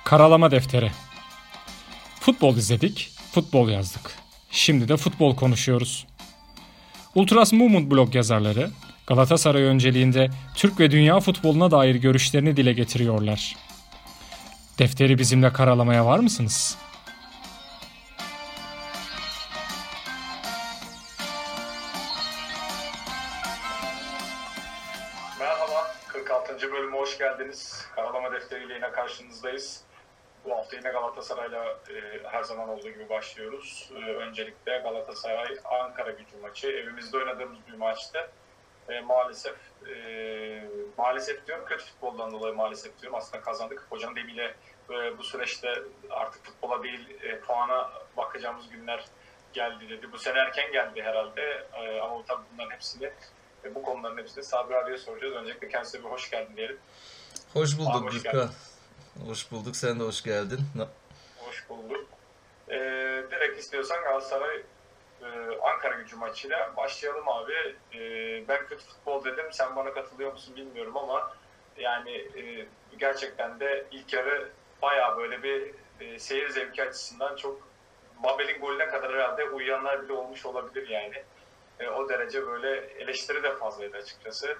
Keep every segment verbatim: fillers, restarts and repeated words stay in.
Karalama defteri. Futbol izledik, futbol yazdık. Şimdi de futbol konuşuyoruz. Ultras Movement blog yazarları Galatasaray önceliğinde Türk ve dünya futboluna dair görüşlerini dile getiriyorlar. Defteri bizimle karalamaya var mısınız? Merhaba, kırk altıncı bölüme hoş geldiniz. Karalama defteriyle yine karşınızdayız. Bu hafta yine Galatasaray'la e, her zaman olduğu gibi başlıyoruz. E, öncelikle Galatasaray Ankara Gücü maçı. Evimizde oynadığımız bir maçtı. E, maalesef, e, maalesef diyorum, kötü futboldan dolayı maalesef diyorum. Aslında kazandık. Hocanın deyimiyle e, bu süreçte artık futbola değil e, puana bakacağımız günler geldi dedi. Bu sene erken geldi herhalde e, ama tabii bunların hepsini, e, bu konuların hepsini Sabri abiye soracağız. Öncelikle kendisine bir hoş geldin diyelim. Hoş bulduk Gürkan. Hoş bulduk. Sen de hoş geldin. Hoş bulduk. Ee, direkt istiyorsan Galatasaray e, Ankara Gücü maçıyla başlayalım abi. E, ben kötü futbol dedim. Sen bana katılıyor musun bilmiyorum ama yani e, gerçekten de ilk yarı bayağı böyle bir e, seyir zevki açısından çok, Babel'in golüne kadar herhalde uyuyanlar bile olmuş olabilir yani. E, o derece böyle eleştiri de fazlaydı açıkçası.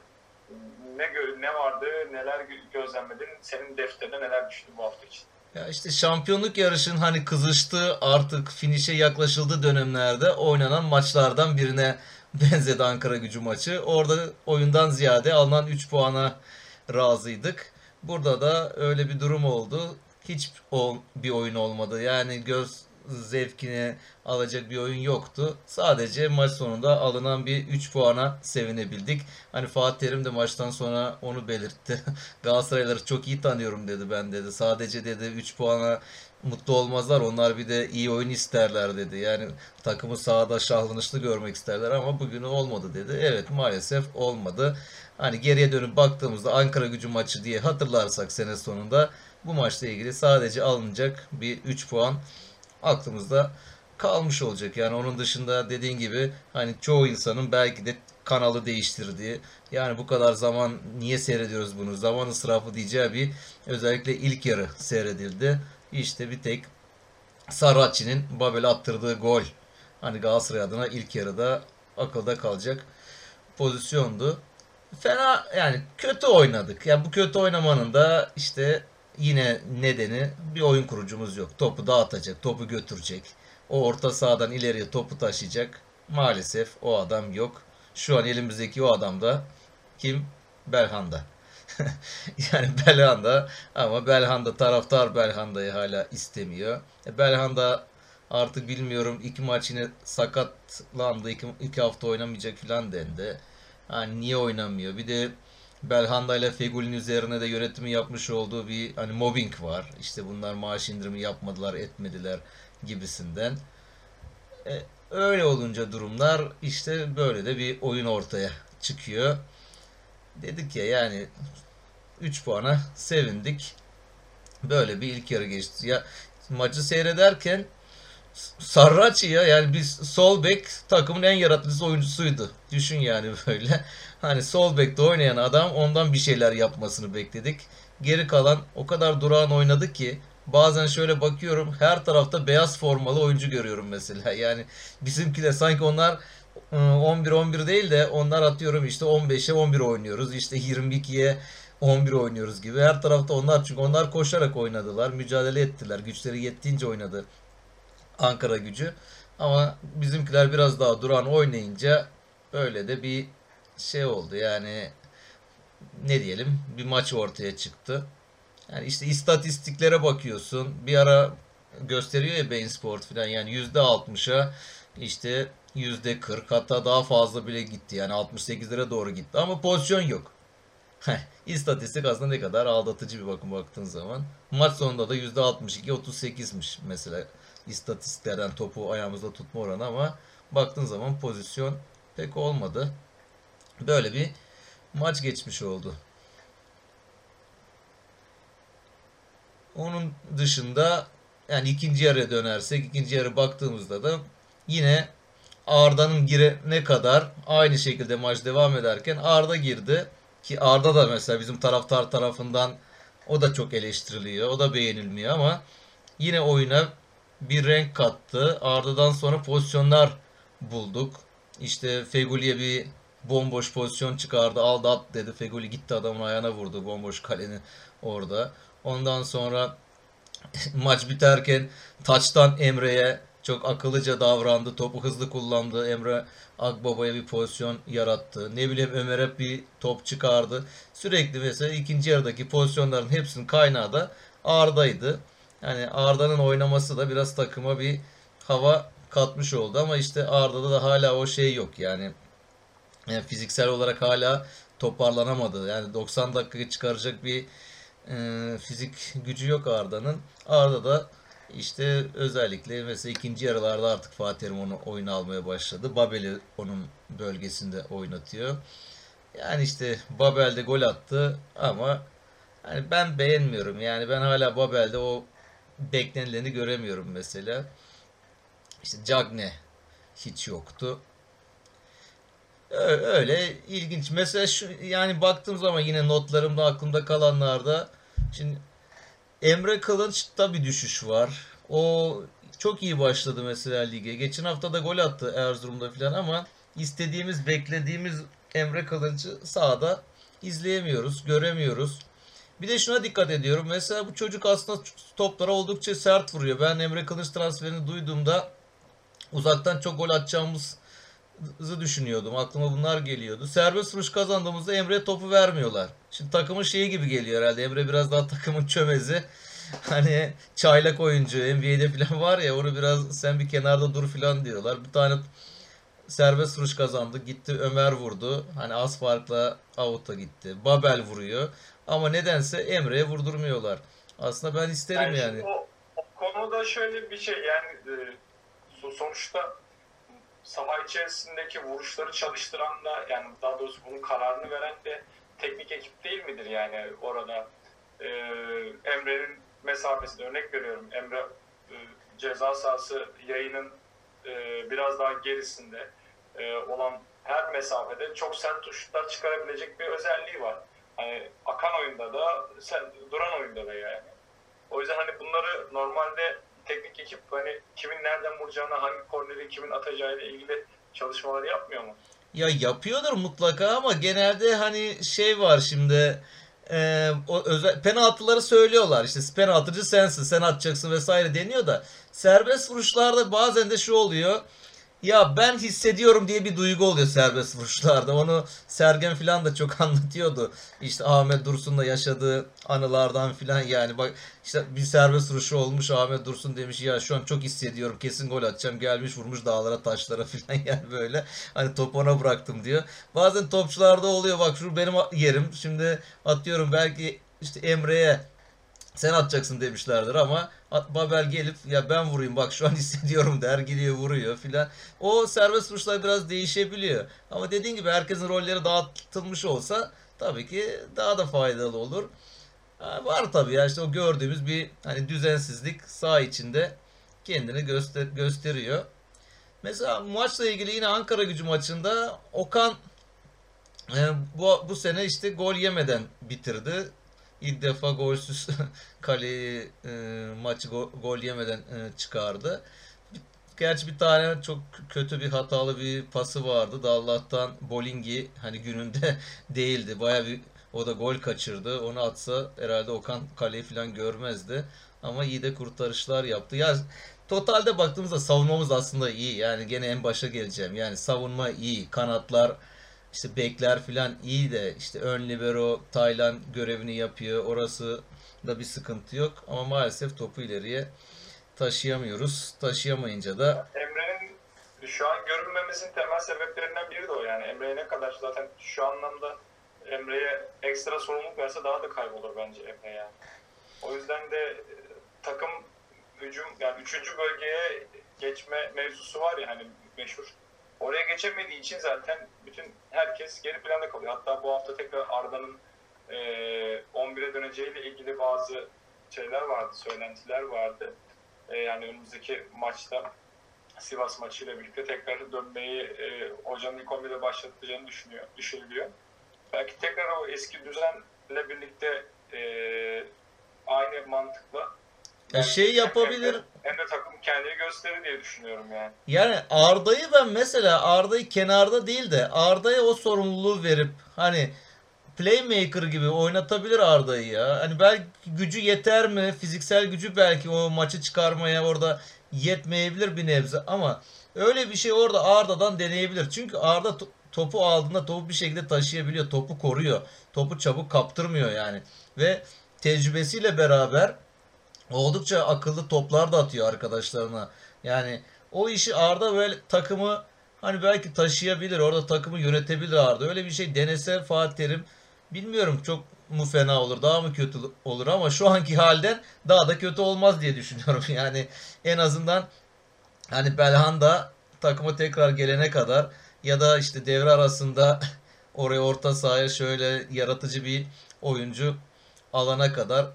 Ne gö- ne vardı, neler gözlemledin, senin defterine neler düştü bu hafta için? Ya işte şampiyonluk yarışın hani kızıştığı, artık finişe yaklaşıldığı dönemlerde oynanan maçlardan birine benzedi Ankara Gücü maçı. Orada oyundan ziyade alınan üç puana razıydık. Burada da öyle bir durum oldu. Hiç o bir oyun olmadı. Yani göz zevkine alacak bir oyun yoktu. Sadece maç sonunda alınan bir üç puana sevinebildik. Hani Fatih Terim de maçtan sonra onu belirtti. Galatasaraylıları çok iyi tanıyorum dedi, ben dedi. Sadece dedi üç puana mutlu olmazlar. Onlar bir de iyi oyun isterler dedi. Yani takımı sahada şahlanışlı görmek isterler ama bugün olmadı dedi. Evet, maalesef olmadı. Hani geriye dönüp baktığımızda Ankara Gücü maçı diye hatırlarsak sene sonunda bu maçla ilgili sadece alınacak bir üç puan aklımızda kalmış olacak. Yani onun dışında dediğin gibi hani çoğu insanın belki de kanalı değiştirdiği, yani bu kadar zaman niye seyrediyoruz bunu, zaman israfı diyeceği bir, özellikle ilk yarı seyredildi. İşte bir tek Saracchi'nin Babel'e attırdığı gol, hani Galatasaray adına ilk yarıda akılda kalacak pozisyondu. Fena, yani kötü oynadık. Yani bu kötü oynamanın da işte yine nedeni, bir oyun kurucumuz yok. Topu dağıtacak, topu götürecek. O orta sahadan ileriye topu taşıyacak. Maalesef o adam yok. Şu an elimizdeki o adam da kim? Belhanda. Yani Belhanda, ama Belhanda, taraftar Belhanda'yı hala istemiyor. E, Belhanda artık bilmiyorum, iki maç yine sakatlandı. iki, iki hafta oynamayacak filan dendi. Hani niye oynamıyor? Bir de Belhanda ile Fegül'ün üzerine de yönetimi yapmış olduğu bir hani mobbing var. İşte bunlar maaş indirimi yapmadılar, etmediler gibisinden. E, öyle olunca durumlar, işte böyle de bir oyun ortaya çıkıyor. Dedik ya, yani üç puana sevindik. Böyle bir ilk yarı geçti. Ya maçı seyrederken Sarraçı, ya yani biz sol bek takımın en yaratıcı oyuncusuydu. Düşün yani böyle. Hani sol bekte oynayan adam, ondan bir şeyler yapmasını bekledik. Geri kalan o kadar durağan oynadı ki bazen şöyle bakıyorum, her tarafta beyaz formalı oyuncu görüyorum mesela. Yani bizimkiler sanki onlar on bir on bir değil de onlar atıyorum işte on beşe on bir oynuyoruz, işte yirmi ikiye on bir oynuyoruz gibi. Her tarafta onlar, çünkü onlar koşarak oynadılar, mücadele ettiler, güçleri yettiğince oynadı Ankara Gücü. Ama bizimkiler biraz daha duran oynayınca öyle de bir şey oldu. Yani ne diyelim, bir maç ortaya çıktı. Yani işte istatistiklere bakıyorsun. Bir ara gösteriyor ya Bein Sport falan, yani yüzde altmışa işte yüzde kırk, hatta daha fazla bile gitti. Yani altmış sekizlere doğru gitti ama pozisyon yok. İstatistik aslında ne kadar aldatıcı bir bakım baktığın zaman. Maç sonunda da yüzde altmış iki otuz sekizmiş mesela istatistiklerden topu ayağımızda tutma oranı, ama baktığın zaman pozisyon pek olmadı. Böyle bir maç geçmiş oldu. Onun dışında yani ikinci yarıya dönersek, ikinci yarı baktığımızda da yine Arda'nın girene kadar aynı şekilde maç devam ederken Arda girdi. Ki Arda da mesela bizim taraftar tarafından O da çok eleştiriliyor. O da beğenilmiyor ama yine oyuna bir renk kattı. Arda'dan sonra pozisyonlar bulduk. İşte Fegüli'ye bir bomboş pozisyon çıkardı. Aldı at dedi. Fegüli gitti adamın ayağına vurdu bomboş kalenin orada. Ondan sonra maç biterken taçtan Emre'ye çok akıllıca davrandı. Topu hızlı kullandı. Emre Akbaba'ya bir pozisyon yarattı. Ne bileyim Ömer'e bir top çıkardı. Sürekli mesela ikinci yarıdaki pozisyonların hepsinin kaynağı da Arda'ydı. Yani Arda'nın oynaması da biraz takıma bir hava katmış oldu ama işte Arda'da da hala o şey yok yani. Yani fiziksel olarak hala toparlanamadı. Yani doksan dakika çıkaracak bir e, fizik gücü yok Arda'nın. Arda da işte özellikle mesela ikinci yarılarda artık Fatih Terim onu oyuna almaya başladı. Babel'i onun bölgesinde oynatıyor. Yani işte Babel de gol attı ama hani ben beğenmiyorum. Yani ben hala Babel'de o beklenileni göremiyorum mesela. İşte Cagne hiç yoktu. Ö- Öyle ilginç. Mesela şu yani baktığım zaman yine notlarımda aklımda kalanlarda şimdi Emre Kılınç'ta bir düşüş var. O çok iyi başladı mesela lige. Geçen hafta da gol attı Erzurum'da falan ama istediğimiz, beklediğimiz Emre Kılınç'ı sahada izleyemiyoruz, göremiyoruz. Bir de şuna dikkat ediyorum. Mesela bu çocuk aslında toplara oldukça sert vuruyor. Ben Emre Kılınç transferini duyduğumda uzaktan çok gol atacağımızı düşünüyordum. Aklıma bunlar geliyordu. Serbest vuruş kazandığımızda Emre'ye topu vermiyorlar. Şimdi takımın şeyi gibi geliyor herhalde. Emre biraz daha takımın çömezi. Hani çaylak oyuncu N B A'de falan var ya onu biraz sen bir kenarda dur falan diyorlar. Bir tane serbest vuruş kazandı. Gitti Ömer vurdu. Hani az farkla out'a gitti. Babel vuruyor. Ama nedense Emre'ye vurdurmuyorlar. Aslında ben isterim Yani şimdi yani. o, o konuda şöyle bir şey yani e, sonuçta saha içerisindeki vuruşları çalıştıran da yani daha doğrusu bunun kararını veren de teknik ekip değil midir yani orada e, Emre'nin mesafesine örnek veriyorum. Emre e, ceza sahası yayının e, biraz daha gerisinde e, olan her mesafede çok sert şutlar çıkarabilecek bir özelliği var. Hani akan oyunda da sen duran oyunda da yani. O yüzden hani bunları normalde teknik ekip hani kimin nereden vuracağına, hangi korneri kimin atacağıyla ilgili çalışmaları yapmıyor mu? Ya yapıyordur mutlaka ama genelde hani şey var şimdi e, o özel penaltıları söylüyorlar işte penaltıcı sensin sen atacaksın vesaire deniyor da serbest vuruşlarda bazen de şu oluyor. Ya ben hissediyorum diye bir duygu oluyor serbest vuruşlarda. Onu Sergen falan da çok anlatıyordu. İşte Ahmet Dursun'la yaşadığı anılardan falan yani bak işte bir serbest vuruşu olmuş Ahmet Dursun demiş ya şu an çok hissediyorum kesin gol atacağım. Gelmiş vurmuş dağlara taşlara falan yani böyle. Hani topu ona bıraktım diyor. Bazen topçularda oluyor bak şu benim yerim. Şimdi atıyorum belki işte Emre'ye sen atacaksın demişlerdir ama Babel gelip ya ben vurayım bak şu an hissediyorum der gidiyor vuruyor filan. O serbest vuruşlar biraz değişebiliyor. Ama dediğin gibi herkesin rolleri dağıtılmış olsa tabii ki daha da faydalı olur. Ha, var tabii ya işte o gördüğümüz bir hani düzensizlik saha içinde kendini göster gösteriyor. Mesela maçla ilgili yine Ankara Gücü maçında Okan e, bu, bu sene işte gol yemeden bitirdi. İlk defa golsüz kaleyi e, maçı go- gol yemeden e, çıkardı. Gerçi bir tane çok kötü bir hatalı bir pası vardı da Allah'tan Bolingi hani gününde değildi. Baya bir o da gol kaçırdı. Onu atsa herhalde Okan kaleyi falan görmezdi. Ama iyi de kurtarışlar yaptı. Ya totalde baktığımızda savunmamız aslında iyi. Yani gene en başa geleceğim. Yani savunma iyi. Kanatlar işte bekler filan iyi de işte ön libero Taylan görevini yapıyor. Orası da bir sıkıntı yok. Ama maalesef topu ileriye taşıyamıyoruz. Taşıyamayınca da Emre'nin şu an görünmemesinin temel sebeplerinden biri de o yani. Emre'ye ne kadar zaten şu anlamda Emre'ye ekstra sorumluluk verse daha da kaybolur bence Emre yani. O yüzden de e, takım hücum yani üçüncü bölgeye geçme mevzusu var ya hani meşhur. Oraya geçemediği için zaten bütün herkes geri planda kalıyor. Hatta bu hafta tekrar Arda'nın e, on bire döneceğiyle ilgili bazı şeyler vardı, söylentiler vardı. E, yani önümüzdeki maçta Sivas maçıyla birlikte tekrar dönmeyi e, hocanın ilk on birde başlatacağını düşünüyor, düşünülüyor. Belki tekrar o eski düzenle birlikte e, aynı mantıkla Ya şey hem, yapabilir. hem, de, hem de takım kendini gösterir diye düşünüyorum yani. Yani Arda'yı ben mesela Arda'yı kenarda değil de Arda'ya o sorumluluğu verip hani playmaker gibi oynatabilir Arda'yı ya. Hani belki gücü yeter mi? Fiziksel gücü belki o maçı çıkarmaya orada yetmeyebilir bir nebze ama öyle bir şey orada Arda'dan deneyebilir. Çünkü Arda to- topu aldığında topu bir şekilde taşıyabiliyor. Topu koruyor. Topu çabuk kaptırmıyor yani. Ve tecrübesiyle beraber oldukça akıllı toplar da atıyor arkadaşlarına. Yani o işi Arda böyle takımı hani belki taşıyabilir. Orada takımı yönetebilir Arda. Öyle bir şey denese Fatih Terim bilmiyorum çok mu fena olur daha mı kötü olur ama şu anki halden daha da kötü olmaz diye düşünüyorum. Yani en azından hani Belhanda takıma tekrar gelene kadar ya da işte devre arasında oraya orta sahaya şöyle yaratıcı bir oyuncu alana kadar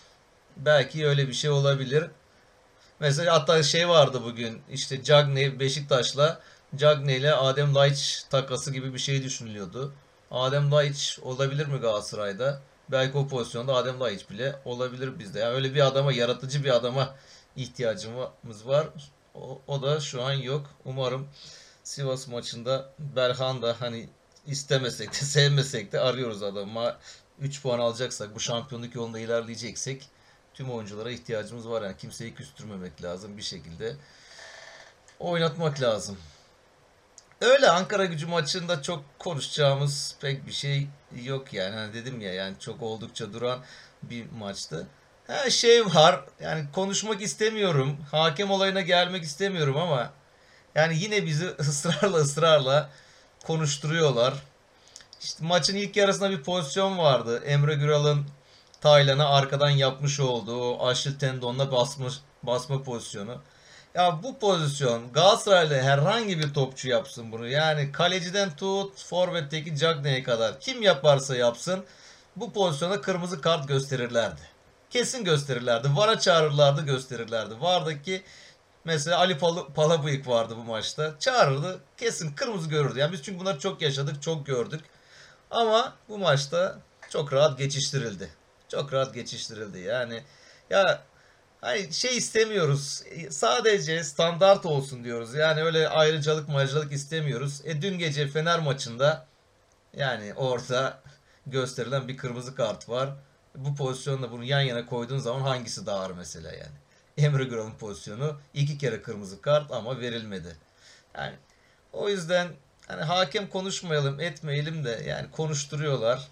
belki öyle bir şey olabilir. Mesela hatta şey vardı bugün işte Cagney Beşiktaş'la Cagney ile Adem Laiç takası gibi bir şey düşünülüyordu. Adem Laiç olabilir mi Galatasaray'da? Belki o pozisyonda Adem Laiç bile olabilir bizde. Yani öyle bir adama, yaratıcı bir adama ihtiyacımız var. O, o da şu an yok. Umarım Sivas maçında Belhanda hani istemesek de sevmesek de arıyoruz adamı. üç puan alacaksak bu şampiyonluk yolunda ilerleyeceksek tüm oyunculara ihtiyacımız var. Yani kimseyi küstürmemek lazım. Bir şekilde oynatmak lazım. Öyle Ankara Gücü maçında çok konuşacağımız pek bir şey yok yani. Hani dedim ya yani çok oldukça duran bir maçtı. Her şey var. Yani konuşmak istemiyorum. Hakem olayına gelmek istemiyorum ama yani yine bizi ısrarla ısrarla konuşturuyorlar. İşte maçın ilk yarısında bir pozisyon vardı. Emre Güral'ın Taylan'a arkadan yapmış olduğu o Achilles tendonuna basmış, basma pozisyonu. Ya bu pozisyon Galatasaray'la herhangi bir topçu yapsın bunu. Yani kaleciden tut forvetteki Cagney'e kadar kim yaparsa yapsın bu pozisyona kırmızı kart gösterirlerdi. Kesin gösterirlerdi. VAR'a çağırırlardı gösterirlerdi. VAR'daki mesela Ali Pal Palabıyık vardı bu maçta. Çağırırdı kesin kırmızı görürdü. Yani biz çünkü bunları çok yaşadık çok gördük. Ama bu maçta çok rahat geçiştirildi. Çok rahat geçiştirildi. Yani ya hani şey istemiyoruz. Sadece standart olsun diyoruz. Yani öyle ayrıcalık ayrıcalık istemiyoruz. E dün gece Fener maçında yani orada gösterilen bir kırmızı kart var. Bu pozisyonla bunu yan yana koyduğun zaman hangisi daha ağır mesela yani. Emre Güral'ın pozisyonu iki kere kırmızı kart ama verilmedi. Yani o yüzden hani hakem konuşmayalım etmeyelim de yani konuşturuyorlar.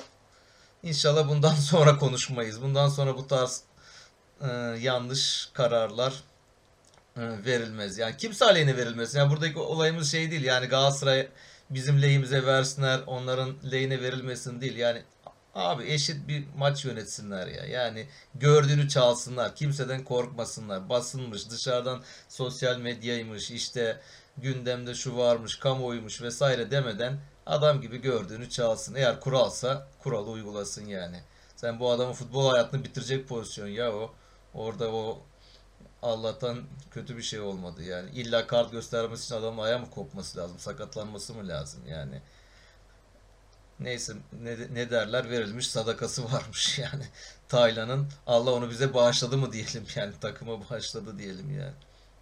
İnşallah bundan sonra konuşmayız. Bundan sonra bu tarz e, yanlış kararlar e, verilmez. Yani kimse aleyhine verilmesin. Yani buradaki olayımız şey değil. Yani Galatasaray bizim lehimize versinler, onların lehine verilmesin değil. Yani abi eşit bir maç yönetsinler ya. Yani gördüğünü çalsınlar. Kimseden korkmasınlar. Basınmış, dışarıdan sosyal medyaymış, işte gündemde şu varmış, kamuoyumuş vesaire demeden adam gibi gördüğünü çalsın. Eğer kuralsa kuralı uygulasın yani. Sen bu adamın futbol hayatını bitirecek pozisyon ya o. Orada o Allah'tan kötü bir şey olmadı yani. İlla kart göstermesi için adamın ayağı mı kopması lazım? Sakatlanması mı lazım yani? Neyse ne, ne derler verilmiş sadakası varmış yani. Taylan'ın Allah onu bize bağışladı mı diyelim yani takıma bağışladı diyelim yani.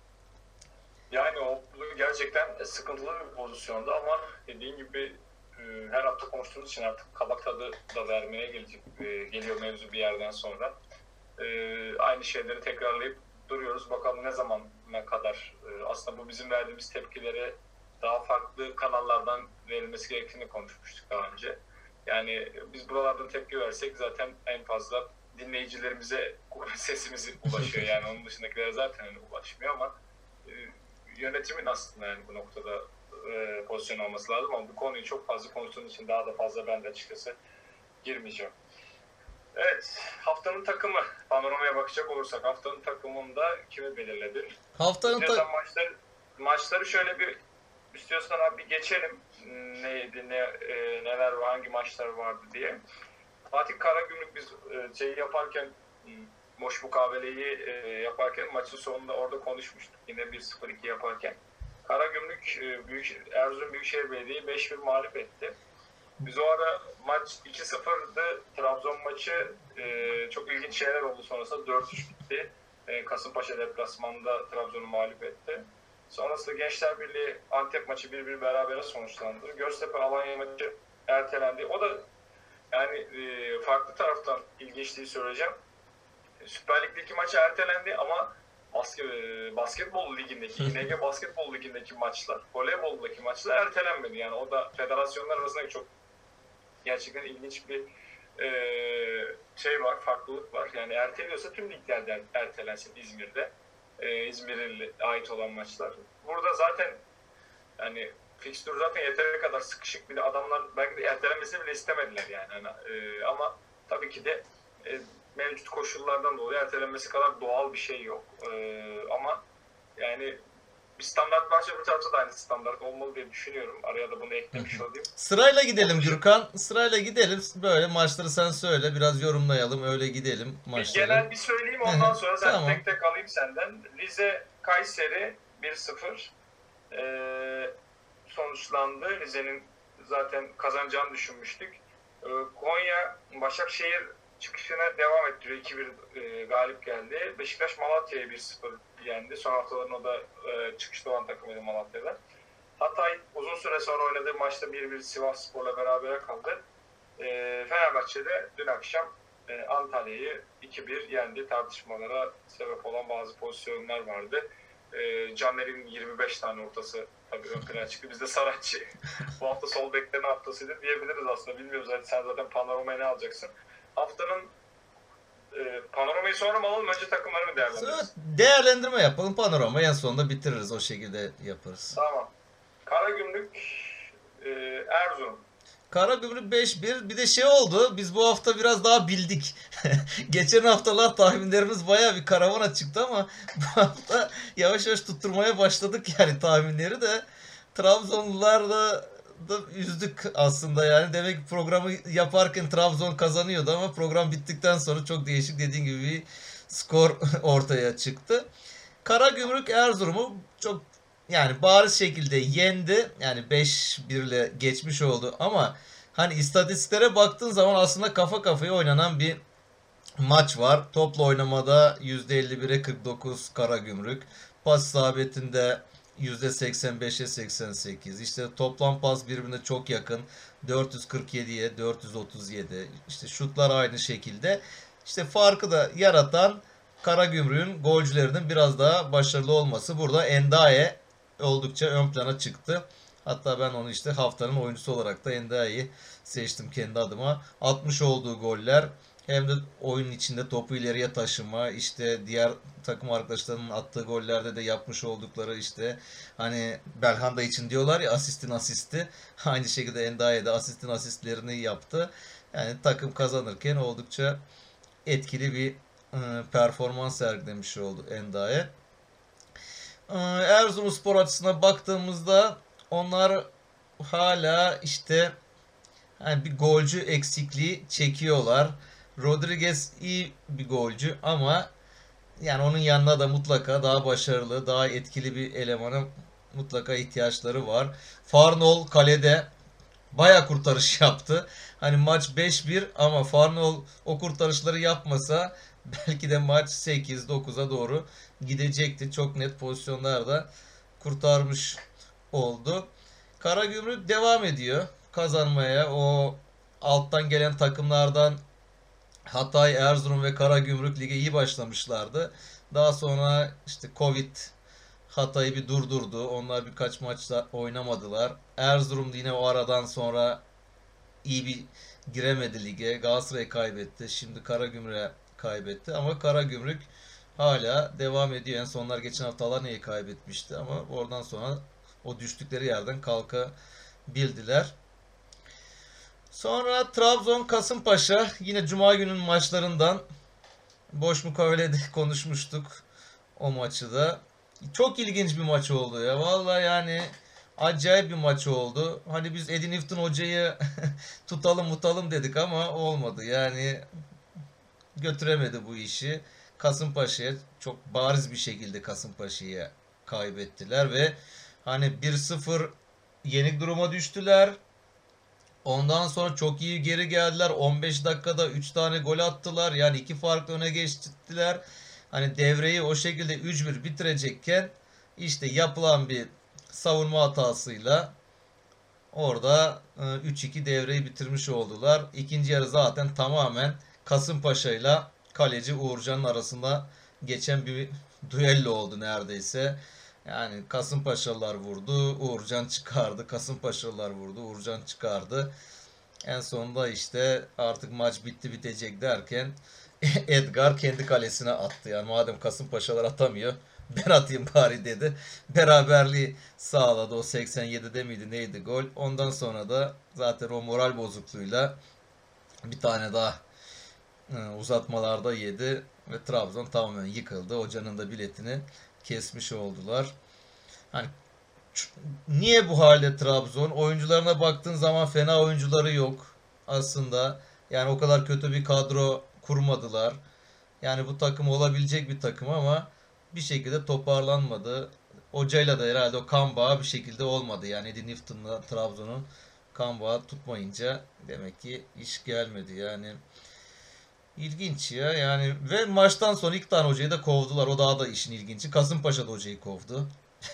Yani o gerçekten sıkıntılı bir pozisyonda ama dediğin gibi e, her hafta konuştuğumuz için artık kabak tadı da vermeye gelecek, e, geliyor mevzu bir yerden sonra. E, aynı şeyleri tekrarlayıp duruyoruz. Bakalım ne zamana kadar. E, aslında bu bizim verdiğimiz tepkilere daha farklı kanallardan verilmesi gerektiğini konuşmuştuk daha önce. Yani biz buralardan tepki versek zaten en fazla dinleyicilerimize sesimiz ulaşıyor. Yani onun dışındakilere zaten ulaşmıyor ama e, yönetimin aslında yani bu noktada e, pozisyon olması lazım ama bu konuyu çok fazla konuştuğumuz için daha da fazla ben de açıkçası girmeyeceğim. Evet, haftanın takımı. Panoramaya bakacak olursak haftanın takımında kimi belirledin? Haftanın İstiyorsan ta- maçları, maçları şöyle bir istiyorsan abi bir geçelim. Neydi, ne, e, neler var, hangi maçlar vardı diye. Fatih Karagümrük biz e, şeyi yaparken boş mukabeleyi e, yaparken maçın sonunda orada konuşmuştuk. Yine bir sıfır iki yaparken. Karagümrük e, Büyük, Erzurum Büyükşehir Belediye'yi beş bir mağlup etti. Biz o ara maç iki sıfırdı. Trabzon maçı e, çok ilginç şeyler oldu sonrasında. dört üç bitti. E, Kasımpaşa deplasmanında Trabzon'u mağlup etti. Sonrasında Gençler Birliği Antep maçı bir bir berabere sonuçlandı. Göztepe Alanya maçı ertelendi. O da yani e, farklı taraftan ilginçliği söyleyeceğim. Süper Lig'deki maçı ertelendi ama basket, e, basketbol ligindeki, İ N G Basketbol ligindeki maçlar, voleyboldaki maçlar ertelenmedi. Yani o da federasyonlar arasında çok gerçekten ilginç bir e, şey var, farklılık var. Yani erteliyorsa tüm liglerden ertelensin İzmir'de. E, İzmir'e ait olan maçlar. Burada zaten yani fikstür zaten yeteri kadar sıkışık, bir de adamlar belki de ertelenmesini bile istemediler yani. yani e, ama tabii ki de e, mevcut koşullardan dolayı ertelenmesi kadar doğal bir şey yok. E, ama yani bir standart varsa bir tarafta da aynı standart olmalı diye düşünüyorum. Araya da bunu eklemiş olayım. Sırayla gidelim Gürkan. Sırayla gidelim. Böyle maçları sen söyle. Biraz yorumlayalım. Öyle gidelim maçları. Bir genel bir söyleyeyim, ondan sonra sen tamam. tek tek alayım senden. Rize Kayseri bir sıfır ee, sonuçlandı. Rize'nin zaten kazanacağını düşünmüştük. Ee, Konya Başakşehir çıkışına devam ettiriyor. iki bir e, galip geldi. Beşiktaş Malatya'yı bir sıfır yendi. Son haftaların o da e, çıkışta olan takımıydı Malatya'da. Hatay uzun süre sonra oynadığı maçta bir bir Sivasspor'la berabere kaldı. E, Fenerbahçe'de dün akşam e, Antalya'yı iki bir yendi. Tartışmalara sebep olan bazı pozisyonlar vardı. E, Caner'in yirmi beş tane ortası tabii ön plana çıktı. Bizde Saratçı bu hafta sol beklerin haftasıydı diyebiliriz aslında. Bilmiyorum zaten, sen zaten panoramaya ne alacaksın? Haftanın e, panoramayı sonra mı alalım, önce takımları mı değerlendiririz? Değerlendirme yapalım, panorama en sonunda bitiririz, o şekilde yaparız. Tamam. Karagümrük e, Erzurum. Karagümrük beş bir. Bir de şey oldu. Biz bu hafta biraz daha bildik. Geçen haftalar tahminlerimiz bayağı bir karavana çıktı ama bu hafta yavaş yavaş tutturmaya başladık yani tahminleri de. Trabzonlular da, da üzdük aslında yani. Demek ki programı yaparken Trabzon kazanıyordu ama program bittikten sonra çok değişik, dediğin gibi bir skor ortaya çıktı. Karagümrük Erzurum'u çok yani bariz şekilde yendi. Yani beş bir ile geçmiş oldu ama hani istatistiklere baktığın zaman aslında kafa kafaya oynanan bir maç var. Toplu oynamada yüzde elli bire kırk dokuz Karagümrük. Pas isabetinde yüzde seksen beşe seksen sekiz. İşte toplam pas birbirine çok yakın. dört yüz kırk yediye dört yüz otuz yedi. İşte şutlar aynı şekilde. İşte farkı da yaratan Karagümrük'ün golcülerinin biraz daha başarılı olması. Burada Endaye oldukça ön plana çıktı. Hatta ben onu işte haftanın oyuncusu olarak da Endaye'yi seçtim kendi adıma. atmış olduğu goller, hem de oyunun içinde topu ileriye taşıma, işte diğer takım arkadaşlarının attığı gollerde de yapmış oldukları, işte hani Belhanda için diyorlar ya asistin asisti, aynı şekilde Endaye de asistin asistlerini yaptı. Yani takım kazanırken oldukça etkili bir e, performans sergilemiş oldu Endaye. E, Erzurumspor açısına baktığımızda onlar hala işte yani bir golcü eksikliği çekiyorlar. Rodriguez iyi bir golcü ama yani onun yanına da mutlaka daha başarılı, daha etkili bir elemana mutlaka ihtiyaçları var. Farnol kalede baya kurtarış yaptı. Hani maç beş bir ama Farnol o kurtarışları yapmasa belki de maç sekiz dokuza doğru gidecekti. Çok net pozisyonlarda kurtarmış oldu. Karagümrük devam ediyor kazanmaya. O alttan gelen takımlardan Hatay, Erzurum ve Karagümrük lige iyi başlamışlardı. Daha sonra işte Covid Hatay'ı bir durdurdu. Onlar birkaç maçta oynamadılar. Erzurum da yine o aradan sonra iyi bir giremedi lige. Galatasaray kaybetti. Şimdi Karagümrük'e kaybetti. Ama Karagümrük hala devam ediyor. En sonlar geçen hafta Alanya'yı kaybetmişti. Ama oradan sonra o düştükleri yerden kalkabildiler. Sonra Trabzon Kasımpaşa, yine Cuma günün maçlarından boş mukavelede konuşmuştuk o maçı da. Çok ilginç bir maç oldu ya. Vallahi yani acayip bir maç oldu. Hani biz Eddie Newton hocayı tutalım mutalım dedik ama olmadı. Yani götüremedi bu işi. Kasımpaşa'ya çok bariz bir şekilde Kasımpaşa'ya kaybettiler ve hani bir sıfır yenik duruma düştüler. Ondan sonra çok iyi geri geldiler. on beş dakikada üç tane gol attılar. Yani iki farklı öne geçtiler. Hani devreyi o şekilde üç bir bitirecekken işte yapılan bir savunma hatasıyla orada e, üç iki devreyi bitirmiş oldular. İkinci yarı zaten tamamen Kasımpaşa ile kaleci Uğurcan'ın arasında geçen bir düello oldu neredeyse. Yani Kasımpaşalılar vurdu, Uğurcan çıkardı. Kasımpaşalılar vurdu, Uğurcan çıkardı. En sonunda işte artık maç bitti bitecek derken Edgar kendi kalesine attı. Yani madem Kasımpaşalar atamıyor ben atayım bari dedi. Beraberliği sağladı. O seksen yedide miydi neydi gol. Ondan sonra da zaten o moral bozukluğuyla bir tane daha e, uzatmalarda yedi ve Trabzon tamamen yıkıldı. Hocanın da biletini kesmiş oldular. Hani niye bu halde Trabzon? Oyuncularına baktığın zaman fena oyuncuları yok aslında. Yani o kadar kötü bir kadro kurmadılar. Yani bu takım olabilecek bir takım ama bir şekilde toparlanmadı. Hocayla da herhalde o kan bağı bir şekilde olmadı. Yani Eddie Newton'la Trabzon'un kan bağı tutmayınca demek ki iş gelmedi. Yani ilginç ya. Yani ve maçtan sonra ilk tane hocayı da kovdular. O daha da işin ilginci. Kasımpaşa da hocayı kovdu.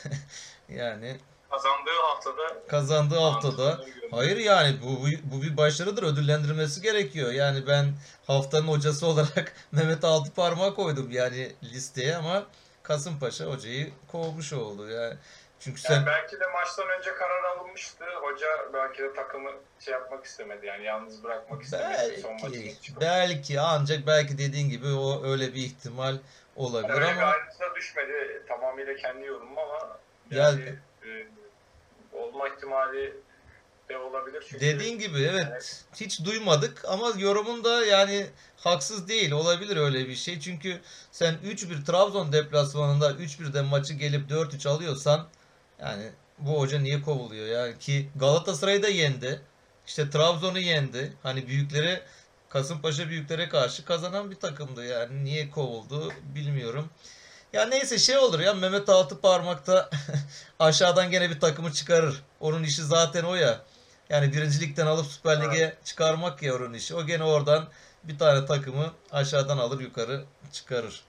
Yani Kazandığı haftada kazandığı haftada. antrenörü gönderiyor. Hayır yani bu, bu, bu bir başarıdır. Ödüllendirilmesi gerekiyor. Yani ben haftanın hocası olarak Mehmet Altıparmak'ı koydum yani listeye ama Kasımpaşa hocayı kovmuş oldu. Yani çünkü sen Yani belki de maçtan önce karar alınmıştı. Hoca belki de takımı şey yapmak istemedi. Yani yalnız bırakmak istemedi. Son maçına belki çıkıp. belki ancak belki dediğin gibi o öyle bir ihtimal olabilir Öyle bir ama ayrıntısına düşmedi. Tamamıyla kendi yorumum ama ya yani e, olma ihtimali de olabilir. Çünkü dediğin gibi yani evet hiç duymadık ama yorumun da yani haksız değil olabilir öyle bir şey. Çünkü sen üç bir Trabzon deplasmanında üç birde maçı gelip dört üç alıyorsan yani bu hoca niye kovuluyor ya ki Galatasaray'ı da yendi. İşte Trabzon'u yendi. Hani büyükleri Kasımpaşa büyüklere karşı kazanan bir takımdı yani niye kovuldu bilmiyorum. Ya neyse şey olur ya Mehmet Altıparmak'ta aşağıdan gene bir takımı çıkarır. Onun işi zaten o ya. Yani birincilikten alıp Süper evet. Lig'e çıkarmak ya onun işi. O gene oradan bir tane takımı aşağıdan alır yukarı çıkarır.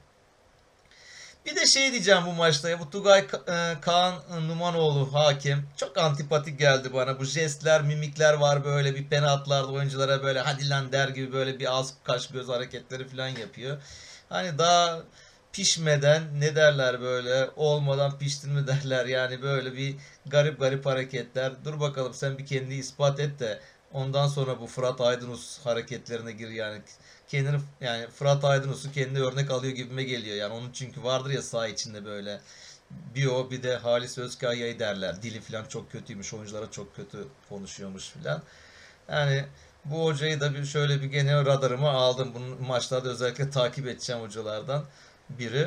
Bir de şey diyeceğim bu maçta ya bu Tugay Ka- e, Kaan Numanoğlu hakem çok antipatik geldi bana. Bu jestler, mimikler var böyle bir penaltılarda oyunculara böyle hadi lan der gibi böyle bir ağız kaş göz hareketleri falan yapıyor. Hani daha pişmeden ne derler böyle olmadan piştin mi derler yani böyle bir garip garip hareketler. Dur bakalım sen bir kendini ispat et de ondan sonra bu Fırat Aydınus hareketlerine gir yani kendini yani Fırat Aydınus'u kendi örnek alıyor gibime geliyor. Yani onun çünkü vardır ya saha içinde böyle bir o bir de Halis Özkaya'yı derler. Dili falan çok kötüymüş. Oyunculara çok kötü konuşuyormuş falan. Yani bu hocayı da bir şöyle bir genel radarıma aldım. Bunun maçlarda özellikle takip edeceğim hocalardan biri.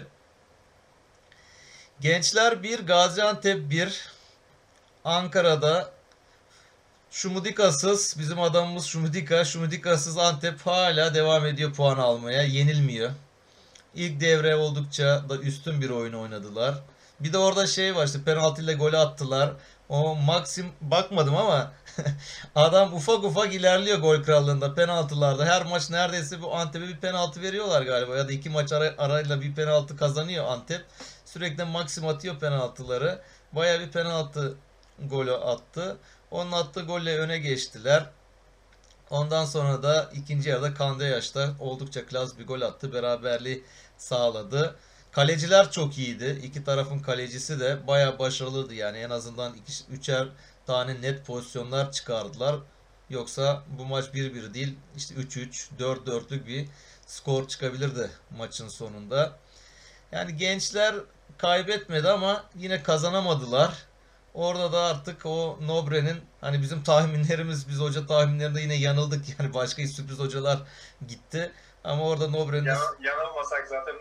Gençler bir, Gaziantep bir. Ankara'da Şumudikasız bizim adamımız Şumudika. Şumudikasız Antep hala devam ediyor puan almaya. Yenilmiyor. İlk devre oldukça da üstün bir oyun oynadılar. Bir de orada şey var işte penaltıyla golü attılar. O Maxim bakmadım ama adam ufak ufak ilerliyor gol krallığında penaltılarda. Her maç neredeyse bu Antep'e bir penaltı veriyorlar galiba. Ya da iki maç ara, arayla bir penaltı kazanıyor Antep. Sürekli Maxim atıyor penaltıları. Baya bir penaltı golü attı. Onun attığı golle öne geçtiler. Ondan sonra da ikinci yarıda Kandeyaş'ta oldukça klas bir gol attı. Beraberliği sağladı. Kaleciler çok iyiydi. İki tarafın kalecisi de baya başarılıydı. Yani en azından iki, üçer tane net pozisyonlar çıkardılar. Yoksa bu maç bir bir değil işte üç üç, dört dörtlük bir skor çıkabilirdi maçın sonunda. Yani gençler kaybetmedi ama yine kazanamadılar. Orada da artık o Nobre'nin hani bizim tahminlerimiz biz hoca tahminlerinde yine yanıldık yani başka hiç sürpriz hocalar gitti. Ama orada Nobre'nin de Yan- yanılmasak zaten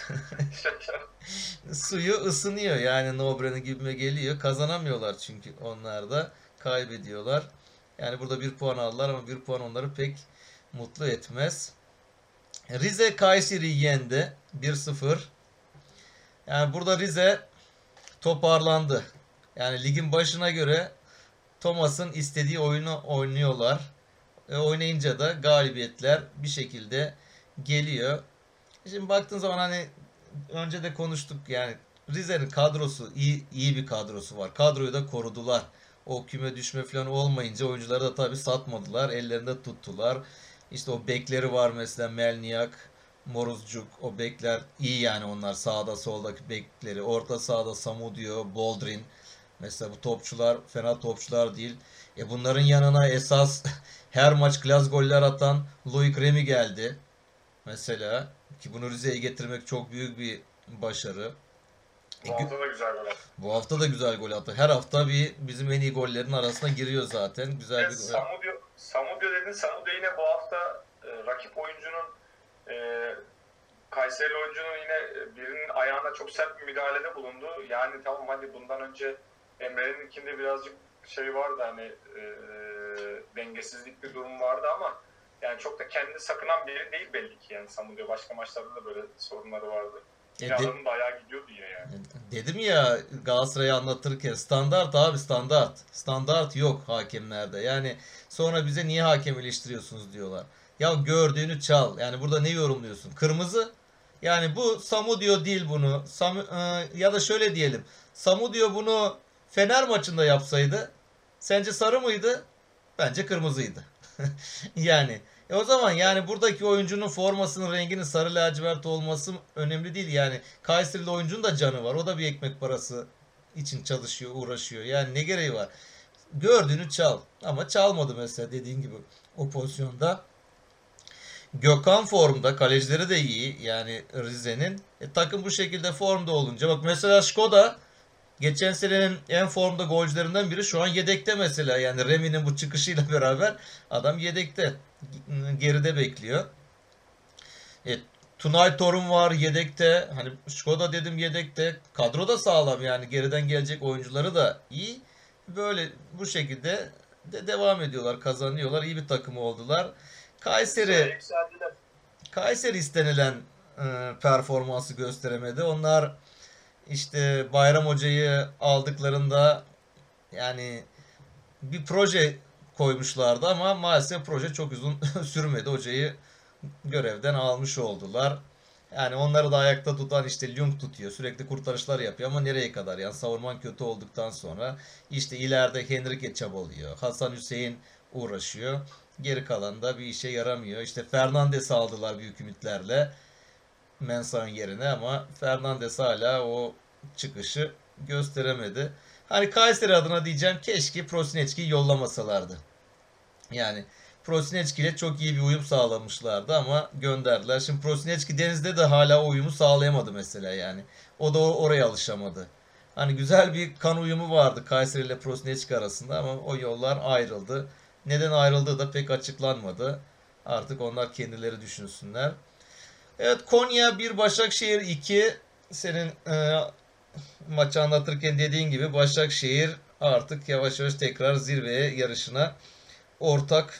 suyu ısınıyor yani Nobre'nin gibime geliyor. Kazanamıyorlar çünkü onlar da kaybediyorlar. Yani burada bir puan aldılar ama bir puan onları pek mutlu etmez. Rize Kayseri'yi yendi bir sıfır. Yani burada Rize toparlandı. Yani ligin başına göre Thomas'ın istediği oyunu oynuyorlar. E, oynayınca da galibiyetler bir şekilde geliyor. Şimdi baktığın zaman hani önce de konuştuk yani Rize'nin kadrosu iyi, iyi bir kadrosu var. Kadroyu da korudular. O küme düşme falan olmayınca oyuncuları da tabii satmadılar. Ellerinde tuttular. İşte o bekleri var mesela Melniak, Moruzcuk. O bekler iyi yani onlar sağda soldaki bekleri. Orta sahada Samudio, Boldrin. Mesela bu topçular fena topçular değil. E bunların yanına esas her maç klas goller atan Loic Remy geldi. Mesela ki bunu Rize'ye getirmek çok büyük bir başarı. E, Bu hafta da güzel gol attı. bu hafta da güzel gol attı. Her hafta bir bizim en iyi gollerin arasına giriyor zaten. Güzel Evet, bir gol. Samudio, Samudio dedin. Samudio yine bu hafta e, rakip oyuncunun e, Kayseri oyuncunun yine birinin ayağına çok sert bir müdahalede bulundu. Yani tamam hadi bundan önce Emre'ninkinde birazcık şey vardı hani e, dengesizlik bir durum vardı ama yani çok da kendini sakınan biri değil belli ki yani Samudio başka maçlarda da böyle sorunları vardı. E, Yine de- adamın da ayağı gidiyordu yine yani. Dedim ya Galatasaray'ı anlatırken standart abi standart. Standart yok hakemlerde. Yani sonra bize niye hakem eleştiriyorsunuz diyorlar. Ya gördüğünü çal. Yani burada ne yorumluyorsun? Kırmızı. Yani bu Samudio değil bunu. Sam, e, ya da şöyle diyelim. Samudio bunu Fener maçında yapsaydı sence sarı mıydı? Bence kırmızıydı. Yani e o zaman yani buradaki oyuncunun formasının renginin sarı lacivert olması önemli değil. Yani Kayserili oyuncunun da canı var. O da bir ekmek parası için çalışıyor, uğraşıyor. Yani ne gereği var? Gördüğünü çal. Ama çalmadı mesela dediğin gibi o pozisyonda. Gökhan formda. Kalecileri de iyi. Yani Rize'nin. E, takım bu şekilde formda olunca. Bak mesela Şkoda geçen senenin en formda golcülerinden biri şu an yedekte mesela. Yani Remy'nin bu çıkışıyla beraber adam yedekte. Geride bekliyor. E, Tunay Torun var yedekte. Hani Şkoda dedim yedekte. Kadro da sağlam yani. Geriden gelecek oyuncuları da iyi. Böyle bu şekilde de devam ediyorlar. Kazanıyorlar. İyi bir takım oldular. Kayseri Yükseldiler. Kayseri istenilen e, performansı gösteremedi. Onlar işte Bayram Hoca'yı aldıklarında yani bir proje koymuşlardı ama maalesef proje çok uzun sürmedi. Hocayı görevden almış oldular. Yani onları da ayakta tutan işte Lung tutuyor. Sürekli kurtarışlar yapıyor ama nereye kadar? Yani savunman kötü olduktan sonra işte ileride Henrique çabalıyor. Hasan Hüseyin uğraşıyor. Geri kalan da bir işe yaramıyor. İşte Fernandes'i aldılar büyük ümitlerle. Mensah'ın yerine ama Fernandes hala o çıkışı gösteremedi. Hani Kayseri adına diyeceğim keşke Prosinecki'yi yollamasalardı. Yani Prosinecki ile çok iyi bir uyum sağlamışlardı ama gönderdiler. Şimdi Prosinecki Deniz'de de hala o uyumu sağlayamadı mesela yani. O da oraya alışamadı. Hani güzel bir kan uyumu vardı Kayseri ile Prosinecki arasında ama o yollar ayrıldı. Neden ayrıldığı da pek açıklanmadı. Artık onlar kendileri düşünsünler. Evet Konya bir Başakşehir iki. Senin e, maçı anlatırken dediğin gibi Başakşehir artık yavaş yavaş tekrar zirveye yarışına ortak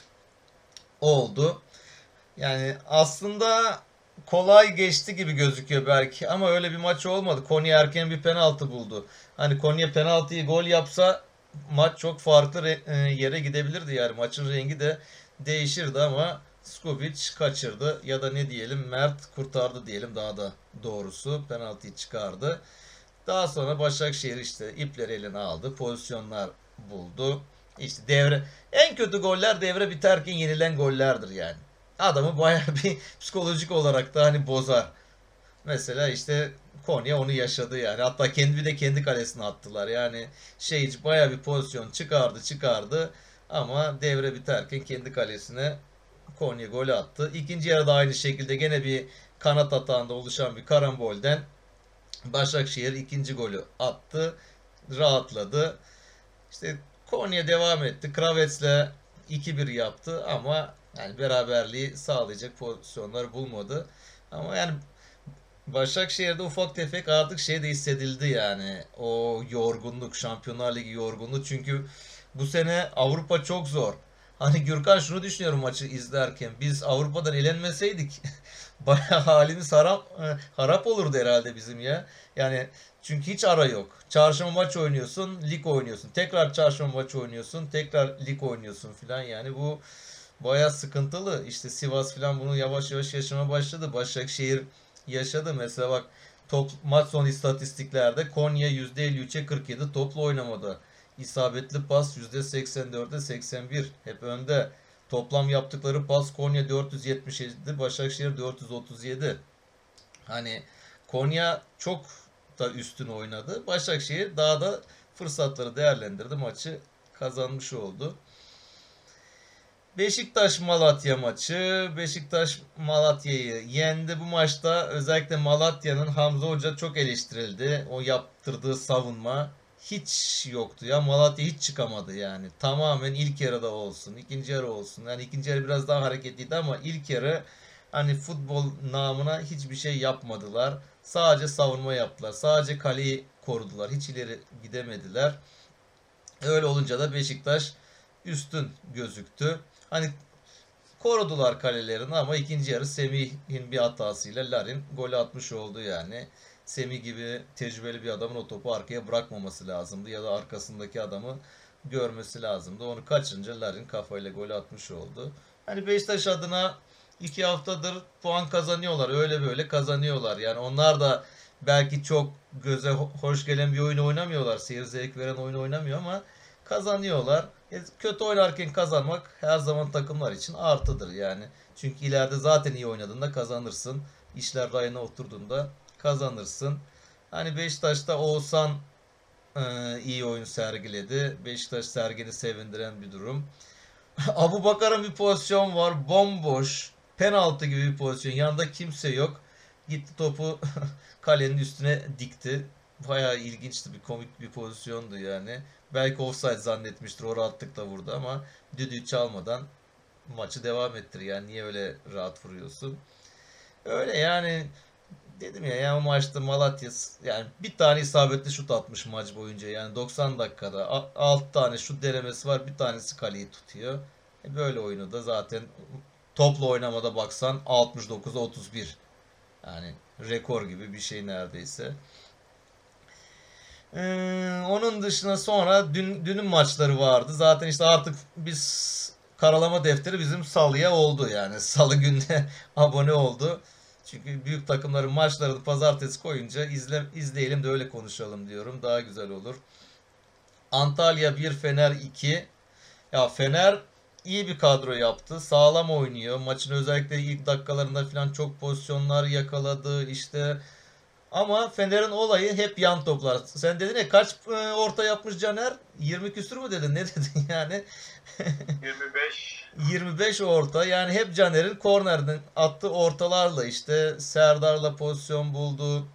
oldu. Yani aslında kolay geçti gibi gözüküyor belki ama öyle bir maç olmadı. Konya erken bir penaltı buldu. Hani Konya penaltıyı gol yapsa maç çok farklı yere gidebilirdi yani maçın rengi de değişirdi ama Skubic kaçırdı ya da ne diyelim Mert kurtardı diyelim daha da doğrusu penaltıyı çıkardı. Daha sonra Başakşehir işte ipleri eline aldı. Pozisyonlar buldu. İşte devre en kötü goller devre biterken yenilen gollerdir yani. Adamı bayağı bir psikolojik olarak da hani bozar. Mesela işte Konya onu yaşadı yani. Hatta kendi bir de kendi kalesine attılar. Yani şey bayağı bir pozisyon çıkardı çıkardı ama devre biterken kendi kalesine Konya golü attı. İkinci yarıda aynı şekilde gene bir kanat atağında oluşan bir karambolden Başakşehir ikinci golü attı. Rahatladı. İşte Konya devam etti. Kravets'le iki bir yaptı ama yani beraberliği sağlayacak pozisyonlar bulmadı. Ama yani Başakşehir'de ufak tefek artık şey de hissedildi yani. O yorgunluk, Şampiyonlar Ligi yorgunluğu. Çünkü bu sene Avrupa çok zor. Hani Gürkan şunu düşünüyorum maçı izlerken. Biz Avrupa'dan elenmeseydik bayağı halimiz harap, harap olurdu herhalde bizim ya. Yani Çünkü hiç ara yok. Çarşamba maç oynuyorsun, lig oynuyorsun. Tekrar çarşamba maç oynuyorsun, tekrar lig oynuyorsun filan. Yani bu baya sıkıntılı. İşte Sivas filan bunu yavaş yavaş yaşama başladı. Başakşehir yaşadı. Mesela bak, top maç sonu istatistiklerde Konya yüzde elli üçe kırk yedi toplu oynamada. İsabetli pas yüzde seksen dörde seksen bir. Hep önde. Toplam yaptıkları pas Konya dört yüz yetmiş yedi, Başakşehir dört yüz otuz yedi. Hani Konya çok da üstün oynadı. Başakşehir daha da fırsatları değerlendirdi. Maçı kazanmış oldu. Beşiktaş Malatya maçı. Beşiktaş Malatya'yı yendi bu maçta. Özellikle Malatya'nın Hamza Hoca çok eleştirildi. O yaptırdığı savunma hiç yoktu ya. Malatya hiç çıkamadı yani. Tamamen ilk yarıda olsun, ikinci yarı olsun. Yani ikinci yarı biraz daha hareketliydi ama ilk yarı hani futbol namına hiçbir şey yapmadılar. Sadece savunma yaptılar. Sadece kaleyi korudular. Hiç ileri gidemediler. Öyle olunca da Beşiktaş üstün gözüktü. Hani korudular kalelerini ama ikinci yarı Semih'in bir hatasıyla Larin golü atmış oldu yani. Semih gibi tecrübeli bir adamın o topu arkaya bırakmaması lazımdı ya da arkasındaki adamı görmesi lazımdı. Onu kaçınca Larin kafayla golü atmış oldu. Hani Beşiktaş adına iki haftadır puan kazanıyorlar. Öyle böyle kazanıyorlar. Yani onlar da belki çok göze hoş gelen bir oyun oynamıyorlar. Seyir zevk veren oyun oynamıyor ama kazanıyorlar. E, kötü oynarken kazanmak her zaman takımlar için artıdır yani. Çünkü ileride zaten iyi oynadığında kazanırsın. İşler rayına oturduğunda kazanırsın. Hani Beşiktaş'ta Oğuzhan e, iyi oyun sergiledi. Beşiktaş sergini sevindiren bir durum. Abubakar'ın bir pozisyon var. Bomboş. Penaltı gibi bir pozisyon. Yanında kimse yok. Gitti topu kalenin üstüne dikti. Bayağı ilginçti, bir komik bir pozisyondu yani. Belki offside zannetmiştir. O rahatlıkla vurdu ama düdüğü çalmadan maçı devam ettir. Yani niye öyle rahat vuruyorsun? Öyle yani, dedim ya, yani o maçta Malatya yani bir tane isabetli şut atmış maç boyunca. Yani doksan dakikada altı tane şut denemesi var. Bir tanesi kaleyi tutuyor. E böyle oyunu da zaten topla oynamada baksan altmış dokuza otuz bir. Yani rekor gibi bir şey neredeyse. Ee, onun dışında sonra dün, dünün maçları vardı. Zaten işte artık biz karalama defteri bizim salıya oldu yani. Salı gününe abone oldu. Çünkü büyük takımların maçlarını pazartesi koyunca izle, izleyelim de öyle konuşalım diyorum. Daha güzel olur. Antalya bir, Fener iki. Ya Fener iyi bir kadro yaptı. Sağlam oynuyor. Maçın özellikle ilk dakikalarında falan çok pozisyonlar yakaladı. İşte ama Fener'in olayı hep yan toplar. Sen dedin ya, kaç e, orta yapmış Caner? yirmi küsür mü dedin? Ne dedin yani? yirmi beş. yirmi beş orta. Yani hep Caner'in kornerden attığı ortalarla işte Serdar'la pozisyon buldu.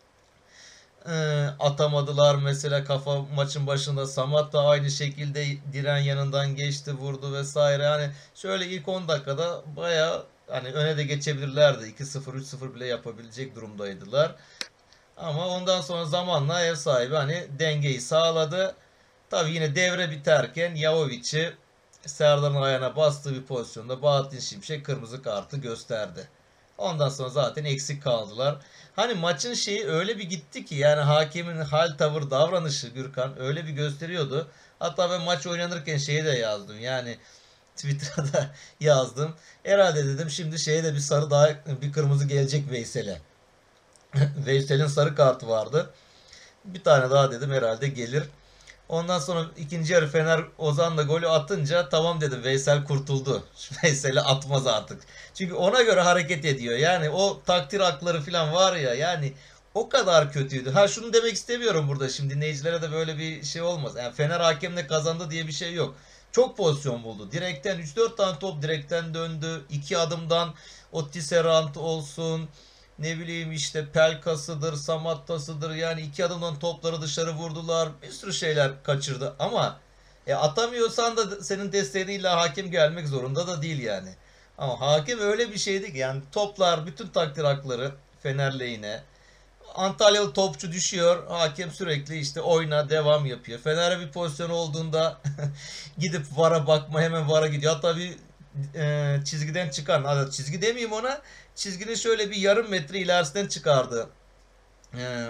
E, atamadılar mesela, kafa maçın başında. Samat da aynı şekilde diren yanından geçti, vurdu vesaire. Yani şöyle ilk on dakikada bayağı hani öne de geçebilirlerdi. iki sıfır üç sıfır bile yapabilecek durumdaydılar. Ama ondan sonra zamanla ev sahibi hani dengeyi sağladı. Tabii yine devre biterken Yavovic'i Serdar'ın ayağına bastığı bir pozisyonda Bahattin Şimşek kırmızı kartı gösterdi. Ondan sonra zaten eksik kaldılar. Hani maçın şeyi öyle bir gitti ki, yani hakemin hal, tavır, davranışı Gürkan öyle bir gösteriyordu. Hatta ben maç oynanırken şeyi de yazdım. Yani Twitter'da da yazdım. Herhalde dedim şimdi şeye de bir sarı daha bir kırmızı gelecek Veysel'e. Veysel'in sarı kartı vardı. Bir tane daha dedim herhalde gelir. Ondan sonra ikinci yarı Fener Ozan'la golü atınca tamam dedim, Veysel kurtuldu. Veysel'i atmaz artık. Çünkü ona göre hareket ediyor. Yani o takdir hakları falan var ya, yani o kadar kötüydü. Ha şunu demek istemiyorum burada, şimdi dinleyicilere de böyle bir şey olmaz. Yani Fener hakemle kazandı diye bir şey yok. Çok pozisyon buldu. Direkten üç dört tane top direkten döndü. iki adımdan o Tisserand olsun, ne bileyim işte Pelkas'ıdır, Samatta'sıdır, yani iki adımdan topları dışarı vurdular. Bir sürü şeyler kaçırdı ama e, atamıyorsan da senin desteğiyle hakem gelmek zorunda da değil yani. Ama hakem öyle bir şeydi ki yani toplar, bütün takdir hakları Fener lehine. Antalyalı topçu düşüyor. Hakem sürekli işte oyna devam yapıyor. Fener'e bir pozisyon olduğunda gidip VAR'a bakma, hemen VAR'a gidiyor. Hatta bir e, çizgiden çıkan, çizgi demeyeyim ona, çizginin şöyle bir yarım metre ilerisinden çıkardı. E, o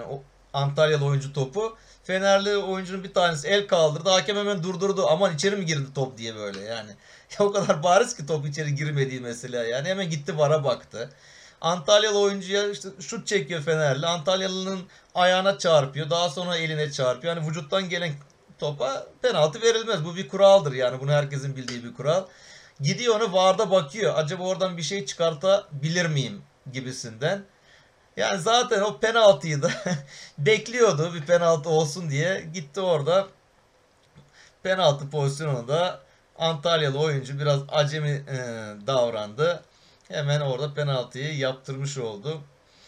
Antalyalı oyuncu topu. Fenerli oyuncunun bir tanesi el kaldırdı. Hakem hemen durdurdu. Aman içeri mi girdi top diye böyle yani. Ya o kadar bariz ki top içeri girmediği mesela yani. Hemen gitti VAR'a baktı. Antalyalı oyuncuya işte şut çekiyor Fenerli. Antalyalı'nın ayağına çarpıyor. Daha sonra eline çarpıyor. Yani vücuttan gelen topa penaltı verilmez. Bu bir kuraldır yani. Bunu herkesin bildiği bir kural. Gidiyor onu VAR'da bakıyor. Acaba oradan bir şey çıkartabilir miyim gibisinden. Yani zaten o penaltıyı da bekliyordu bir penaltı olsun diye. Gitti orada penaltı pozisyonunda Antalyalı oyuncu biraz acemi e, davrandı. Hemen orada penaltıyı yaptırmış oldu.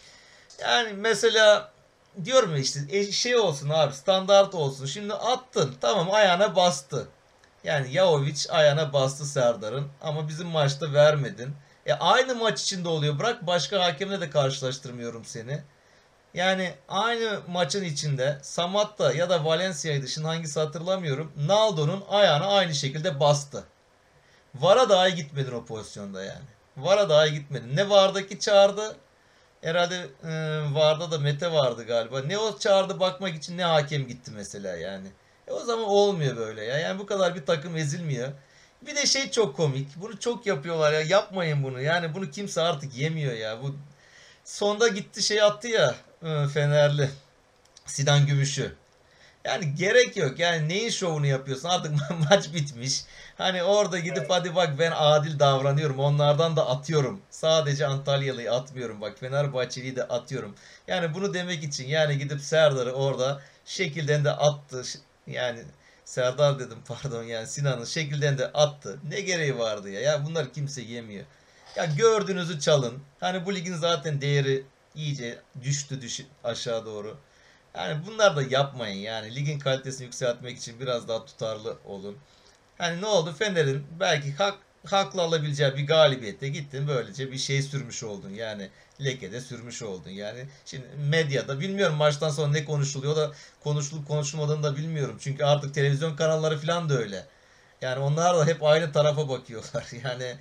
Yani mesela diyorum ya işte e, şey olsun abi standart olsun. Şimdi attın tamam ayağına bastı. Yani Jovic ayağına bastı Serdar'ın ama bizim maçta vermedin. E aynı maç içinde oluyor. Bırak başka hakemle de karşılaştırmıyorum seni. Yani aynı maçın içinde Samatta ya da Valencia'ydı şimdi hangisi hatırlamıyorum. Naldo'nun ayağına aynı şekilde bastı. VAR'a dahi gitmedin o pozisyonda yani. VAR'a dahi gitmedin. Ne VAR'daki çağırdı. Herhalde e, VAR'da da Mete vardı galiba. Ne o çağırdı bakmak için ne hakem gitti mesela yani. E o zaman olmuyor böyle ya. Yani bu kadar bir takım ezilmiyor. Bir de şey çok komik. Bunu çok yapıyorlar ya. Yapmayın bunu. Yani bunu kimse artık yemiyor ya. Bu sonda gitti şey attı ya e, Fenerli. Sinan Gümüş'ü. Yani gerek yok. Yani neyin şovunu yapıyorsun? Artık maç bitmiş. Hani orada gidip Evet. hadi bak ben adil davranıyorum. Onlardan da atıyorum. Sadece Antalyalı'yı atmıyorum. Bak Fenerbahçeli'yi de atıyorum. Yani bunu demek için yani gidip Serdar'ı orada şekilden de attı. Yani Serdar dedim pardon yani Sinan'ın şekilden de attı. Ne gereği vardı ya? Ya bunlar kimse yemiyor. Ya gördüğünüzü çalın. Hani bu ligin zaten değeri iyice düştü düş aşağı doğru. Yani bunlar da yapmayın yani. Ligin kalitesini yükseltmek için biraz daha tutarlı olun. Hani ne oldu? Fener'in belki hak, haklı alabileceği bir galibiyette gittin böylece bir şey sürmüş oldun. Yani lekede sürmüş oldun. Yani şimdi medyada bilmiyorum maçtan sonra ne konuşuluyor da konuşulup konuşulmadığını da bilmiyorum. Çünkü artık televizyon kanalları falan da öyle. Yani onlar da hep aynı tarafa bakıyorlar. Yani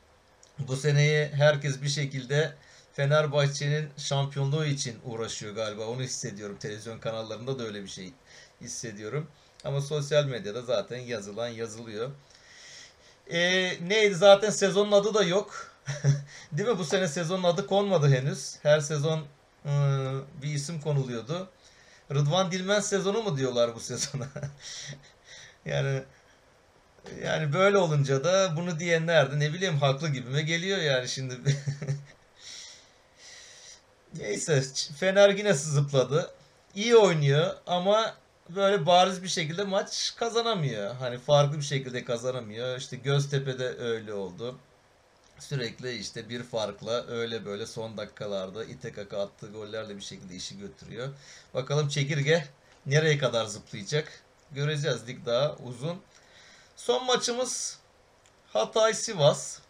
bu seneyi herkes bir şekilde Fenerbahçe'nin şampiyonluğu için uğraşıyor galiba. Onu hissediyorum. Televizyon kanallarında da öyle bir şey hissediyorum. Ama sosyal medyada zaten yazılan yazılıyor. Ee, neydi zaten sezonun adı da yok. Değil mi? Bu sene sezonun adı konmadı henüz. Her sezon ıı, bir isim konuluyordu. Rıdvan Dilmen sezonu mu diyorlar bu sezona? Yani yani böyle olunca da bunu diyenler de ne bileyim haklı gibime geliyor yani şimdi. Neyse Fener yine zıpladı. İyi oynuyor ama böyle bariz bir şekilde maç kazanamıyor. Hani farklı bir şekilde kazanamıyor. İşte Göztepe'de öyle oldu. Sürekli işte bir farkla öyle böyle son dakikalarda ite kaka attığı gollerle bir şekilde işi götürüyor. Bakalım çekirge nereye kadar zıplayacak? Göreceğiz, lig daha uzun. Son maçımız Hatay Sivas.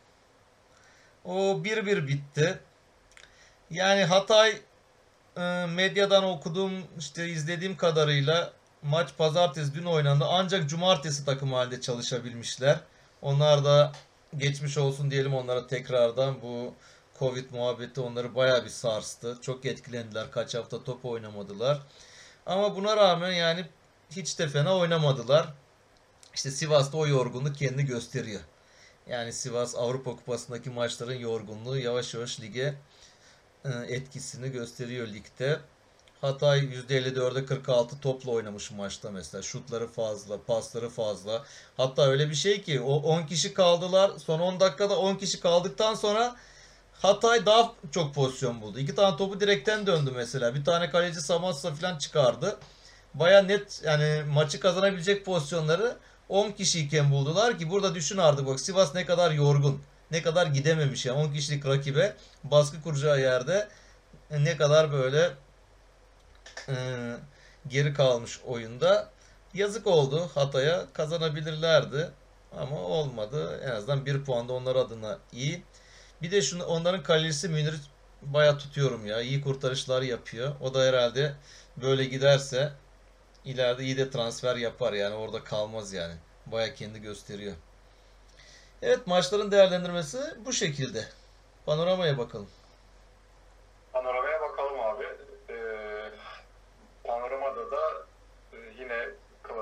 O bir bir bitti. Yani Hatay e, medyadan okuduğum işte izlediğim kadarıyla maç pazartesi dün oynandı. Ancak cumartesi takım halinde çalışabilmişler. Onlar da geçmiş olsun diyelim onlara tekrardan bu Covid muhabbeti onları bayağı bir sarstı. Çok etkilendiler. Kaç hafta top oynamadılar. Ama buna rağmen yani hiç de fena oynamadılar. İşte Sivas'ta o yorgunluk kendini gösteriyor. Yani Sivas Avrupa Kupası'ndaki maçların yorgunluğu yavaş yavaş lige e, etkisini gösteriyor ligde. Hatay yüzde elli dörde kırk altı topla oynamış maçta mesela. Şutları fazla, pasları fazla. Hatta öyle bir şey ki o on kişi kaldılar. Son on dakikada on kişi kaldıktan sonra Hatay daha çok pozisyon buldu. İki tane topu direkten döndü mesela. Bir tane kaleci Samassa falan çıkardı. Baya net yani maçı kazanabilecek pozisyonları on kişiyken buldular ki burada düşün artık bak Sivas ne kadar yorgun. Ne kadar gidememiş yani on kişilik rakibe baskı kuracağı yerde ne kadar böyle e, geri kalmış oyunda. Yazık oldu Hatay'a, kazanabilirlerdi ama olmadı. En azından bir puan da onlar adına iyi. Bir de şunu onların kalecisi Münir baya tutuyorum ya. İyi kurtarışlar yapıyor. O da herhalde böyle giderse ileride iyi de transfer yapar yani orada kalmaz yani. Baya kendi gösteriyor. Evet maçların değerlendirmesi bu şekilde. Panoramaya bakalım. Panoramaya bakalım abi. Ee,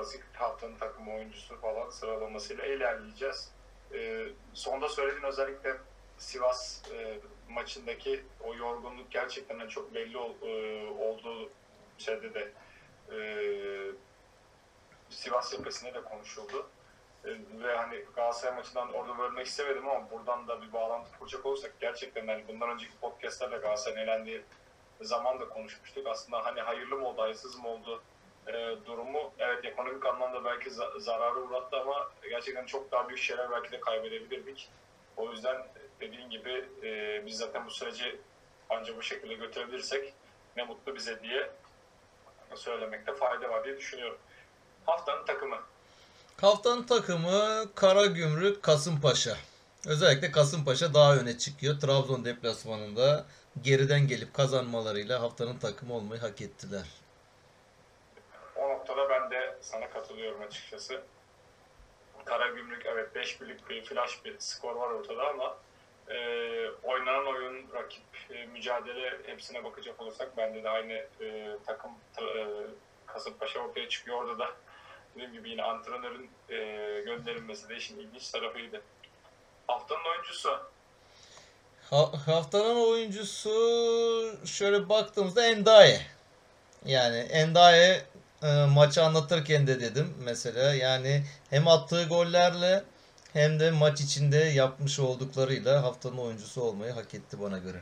klasik haftanın takım oyuncusu falan sıralamasıyla ilerleyeceğiz. E, sonda söylediğin özellikle Sivas e, maçındaki o yorgunluk gerçekten çok belli ol, e, olduğu şeyde de e, Sivas cephesinde de konuşuldu. E, ve hani Galatasaray maçından orada bölmek istemedim ama buradan da bir bağlantı kuracak olursak gerçekten hani bundan önceki podcastlarda Galatasaray'ın elendiği zaman da konuşmuştuk. Aslında hani hayırlı mı oldu, hayırsız mı oldu e, durumu evet ekonomik anlamda belki za- zararı uğrattı ama gerçekten çok daha büyük şeyler belki de kaybedebilirdik. O yüzden dediğin gibi e, biz zaten bu süreci ancak bu şekilde götürebilirsek ne mutlu bize diye söylemekte fayda var diye düşünüyorum. Haftanın takımı. Haftanın takımı Karagümrük Kasımpaşa. Özellikle Kasımpaşa daha öne çıkıyor. Trabzon deplasmanında geriden gelip kazanmalarıyla haftanın takımı olmayı hak ettiler. O noktada ben de sana katılıyorum açıkçası. Karagümrük evet beş birlik bir flash bir skor var ortada ama e, oynanan oyun, rakip, e, mücadele hepsine bakacak olursak bende de aynı e, takım e, Kasımpaşa ortaya çıkıyor. Orada da dediğim gibi yine antrenörün e, gönderilmesi de işin ilginç tarafıydı. Haftanın oyuncusu. Ha- haftanın oyuncusu şöyle baktığımızda Endaye. Yani Endaye e, maçı anlatırken de dedim mesela yani hem attığı gollerle hem de maç içinde yapmış olduklarıyla haftanın oyuncusu olmayı hak etti bana göre.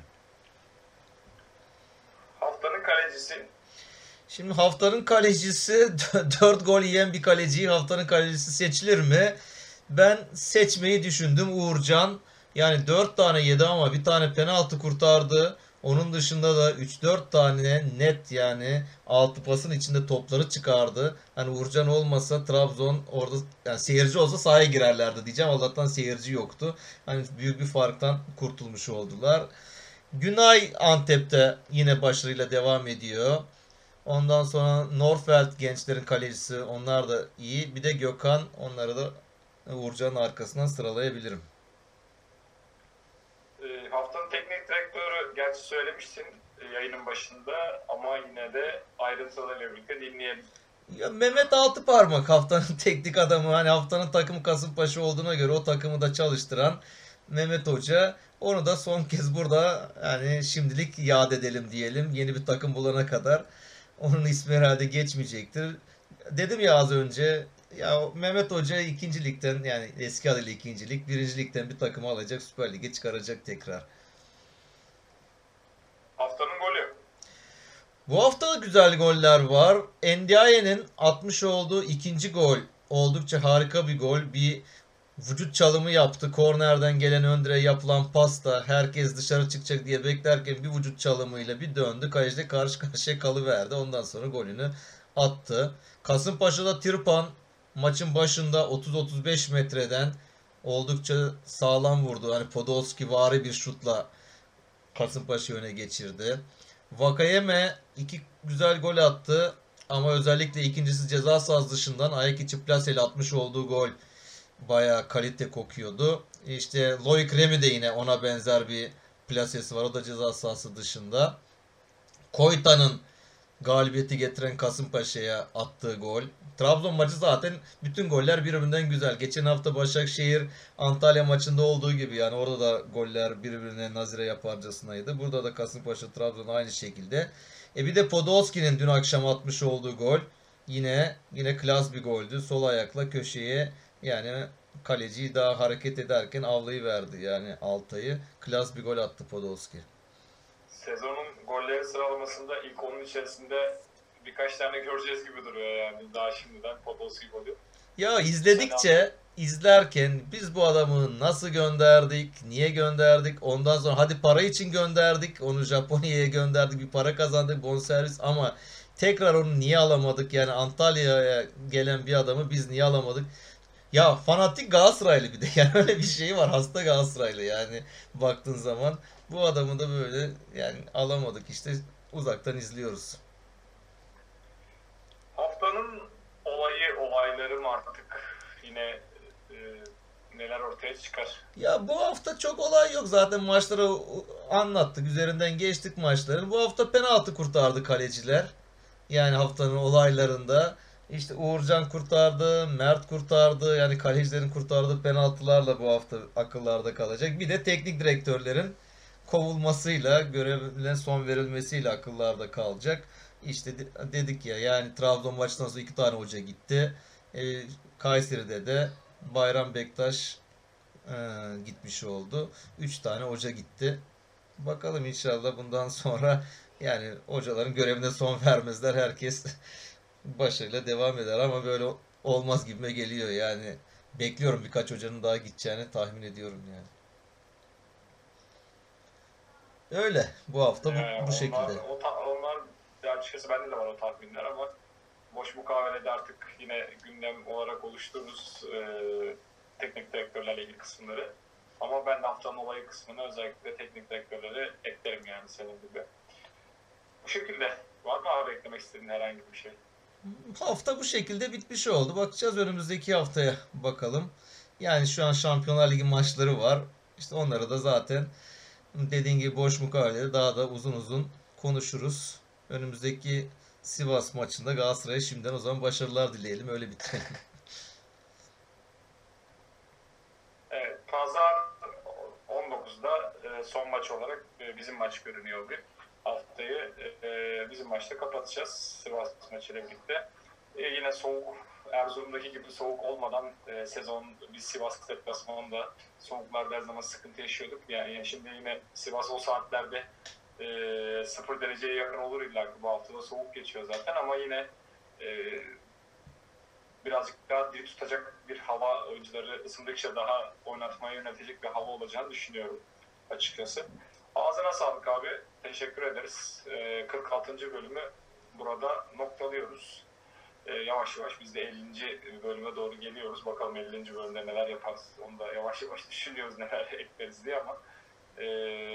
Haftanın kalecisi. Şimdi haftanın kalecisi dört gol yiyen bir kaleciyi haftanın kalecisi seçilir mi? Ben seçmeyi düşündüm Uğurcan. Yani dört tane yedi ama bir tane penaltı kurtardı. Onun dışında da üç dört tane net yani altı pasın içinde topları çıkardı. Hani Uğurcan olmasa Trabzon orada yani seyirci olsa sahaya girerlerdi diyeceğim. Allah'tan seyirci yoktu. Hani büyük bir farktan kurtulmuş oldular. Günay Antep'te yine başarıyla devam ediyor. Ondan sonra Norfeld gençlerin kalecisi. Onlar da iyi. Bir de Gökhan. Onları da Uğurcan'ın arkasından sıralayabilirim. E, haftanın teknik direktörü gerçi söylemiştin e, yayının başında ama yine de ayrıntılarıyla birlikte dinleyelim. Ya Mehmet Altıparmak haftanın teknik adamı. Hani haftanın takımı Kasımpaşa olduğuna göre o takımı da çalıştıran Mehmet Hoca. Onu da son kez burada yani şimdilik yad edelim diyelim. Yeni bir takım bulana kadar. Onun ismi herhalde geçmeyecektir. Dedim ya az önce ya Mehmet Hoca ikinci ligden yani eski adıyla ikinci lig, birinci ligden bir takımı alacak Süper Lig'e çıkaracak tekrar. Haftanın golü. Bu hafta da güzel goller var. Ndiaye'nin atmış olduğu ikinci gol oldukça harika bir gol. Bir vücut çalımı yaptı. Kornerden gelen Önder'e yapılan pasta herkes dışarı çıkacak diye beklerken bir vücut çalımıyla bir döndü. Kaleciyle karşı karşıya kalıverdi. Ondan sonra golünü attı. Kasımpaşa'da Tirpan maçın başında otuz otuz beş metreden oldukça sağlam vurdu. Hani Podolski vari bir şutla Kasımpaşa öne geçirdi. Vakayeme iki güzel gol attı. Ama özellikle ikincisi ceza sahası dışından ayak içi plaseyle atmış olduğu gol bayağı kalite kokuyordu. İşte Loic Remy de yine ona benzer bir plasesi var. O da ceza sahası dışında. Koyta'nın galibiyeti getiren Kasımpaşa'ya attığı gol. Trabzon maçı zaten bütün goller birbirinden güzel. Geçen hafta Başakşehir Antalya maçında olduğu gibi yani orada da goller birbirine nazire yaparcasınaydı. Burada da Kasımpaşa Trabzon aynı şekilde. E bir de Podolski'nin dün akşam atmış olduğu gol yine yine klas bir goldü. Sol ayakla köşeye yani kaleciyi daha hareket ederken avlayıverdi yani Altay'ı. Klas bir gol attı Podolski. Sezonun golleri sıralamasında ilk onun içerisinde birkaç tane göreceğiz gibi duruyor yani daha şimdiden Podolski golü. Ya izledikçe izlerken biz bu adamı nasıl gönderdik, niye gönderdik, ondan sonra hadi para için gönderdik, onu Japonya'ya gönderdik, bir para kazandık, bonservis ama tekrar onu niye alamadık yani Antalya'ya gelen bir adamı biz niye alamadık? Ya fanatik Galatasaraylı bir de yani öyle bir şey var hasta Galatasaraylı yani baktığın zaman bu adamı da böyle yani alamadık işte uzaktan izliyoruz. Haftanın olayı, olayları mı artık yine e, neler ortaya çıkar? Ya bu hafta çok olay yok zaten maçları anlattık üzerinden geçtik maçların. Bu hafta penaltı kurtardı kaleciler yani haftanın olaylarında. İşte Uğurcan kurtardı, Mert kurtardı. Yani kalecilerin kurtardığı penaltılarla bu hafta akıllarda kalacak. Bir de teknik direktörlerin kovulmasıyla, görevine son verilmesiyle akıllarda kalacak. İşte de- dedik ya, yani Trabzon maçından sonra iki tane hoca gitti. E, Kayseri'de de Bayram Bektaş e, gitmiş oldu. Üç tane hoca gitti. Bakalım inşallah bundan sonra yani hocaların görevine son vermezler. Herkes başarıyla devam eder ama böyle olmaz gibime geliyor yani. Bekliyorum birkaç hocanın daha gideceğini tahmin ediyorum yani. Öyle. Bu hafta bu, Ee, bu onlar, şekilde. o ta- onlar ya açıkçası bende de var o tahminler ama boş mukavelede artık yine gündem olarak oluştururuz e, teknik direktörlerle ilgili kısımları. Ama ben de haftanın olayı kısmını özellikle teknik direktörleri eklerim yani senin gibi. Bu şekilde. Var mı abi eklemek istediğin herhangi bir şey? Hafta bu şekilde bitmiş oldu. Bakacağız önümüzdeki haftaya bakalım. Yani şu an Şampiyonlar Ligi maçları var. İşte onları da zaten dediğin gibi boş mukavelede daha da uzun uzun konuşuruz. Önümüzdeki Sivas maçında Galatasaray'a şimdiden o zaman başarılar dileyelim. Öyle bitirelim. Evet, Pazar on dokuzda e, son maç olarak e, bizim maç görünüyor bugün. Haftayı e, bizim maçta kapatacağız Sivas maçıyla birlikte. E, yine soğuk, Erzurum'daki gibi soğuk olmadan e, sezon biz Sivas deplasmanında soğuklarda her zaman sıkıntı yaşıyorduk. Yani şimdi yine Sivas o saatlerde e, sıfır dereceye yakın olur illa ki, bu haftada soğuk geçiyor zaten ama yine e, birazcık daha diri tutacak bir hava, oyuncuları ısındıkça daha oynatmaya yönetecek bir hava olacağını düşünüyorum açıkçası. Ağzına sağlık abi. Teşekkür ederiz. Ee, kırk altıncı bölümü burada noktalıyoruz. Ee, yavaş yavaş biz de ellinci bölüme doğru geliyoruz. Bakalım ellinci bölümde neler yaparız. Onu da yavaş yavaş düşünüyoruz neler ekleriz diye ama e,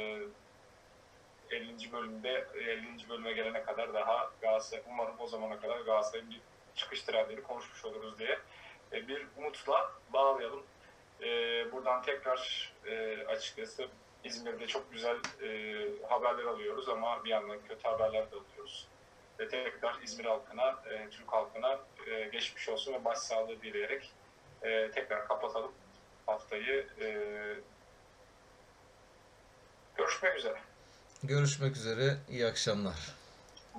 ellinci bölümde ellinci bölüme gelene kadar daha Galatasaray, umarım o zamana kadar Galatasaray'ın bir çıkış trendleri konuşmuş oluruz diye e, bir umutla bağlayalım. E, buradan tekrar e, açıkçası İzmir'de çok güzel e, haberler alıyoruz ama bir yandan kötü haberler de alıyoruz. Ve tekrar İzmir halkına, e, Türk halkına e, geçmiş olsun ve başsağlığı dileyerek e, tekrar kapatalım haftayı. E, görüşmek üzere. Görüşmek üzere. İyi akşamlar.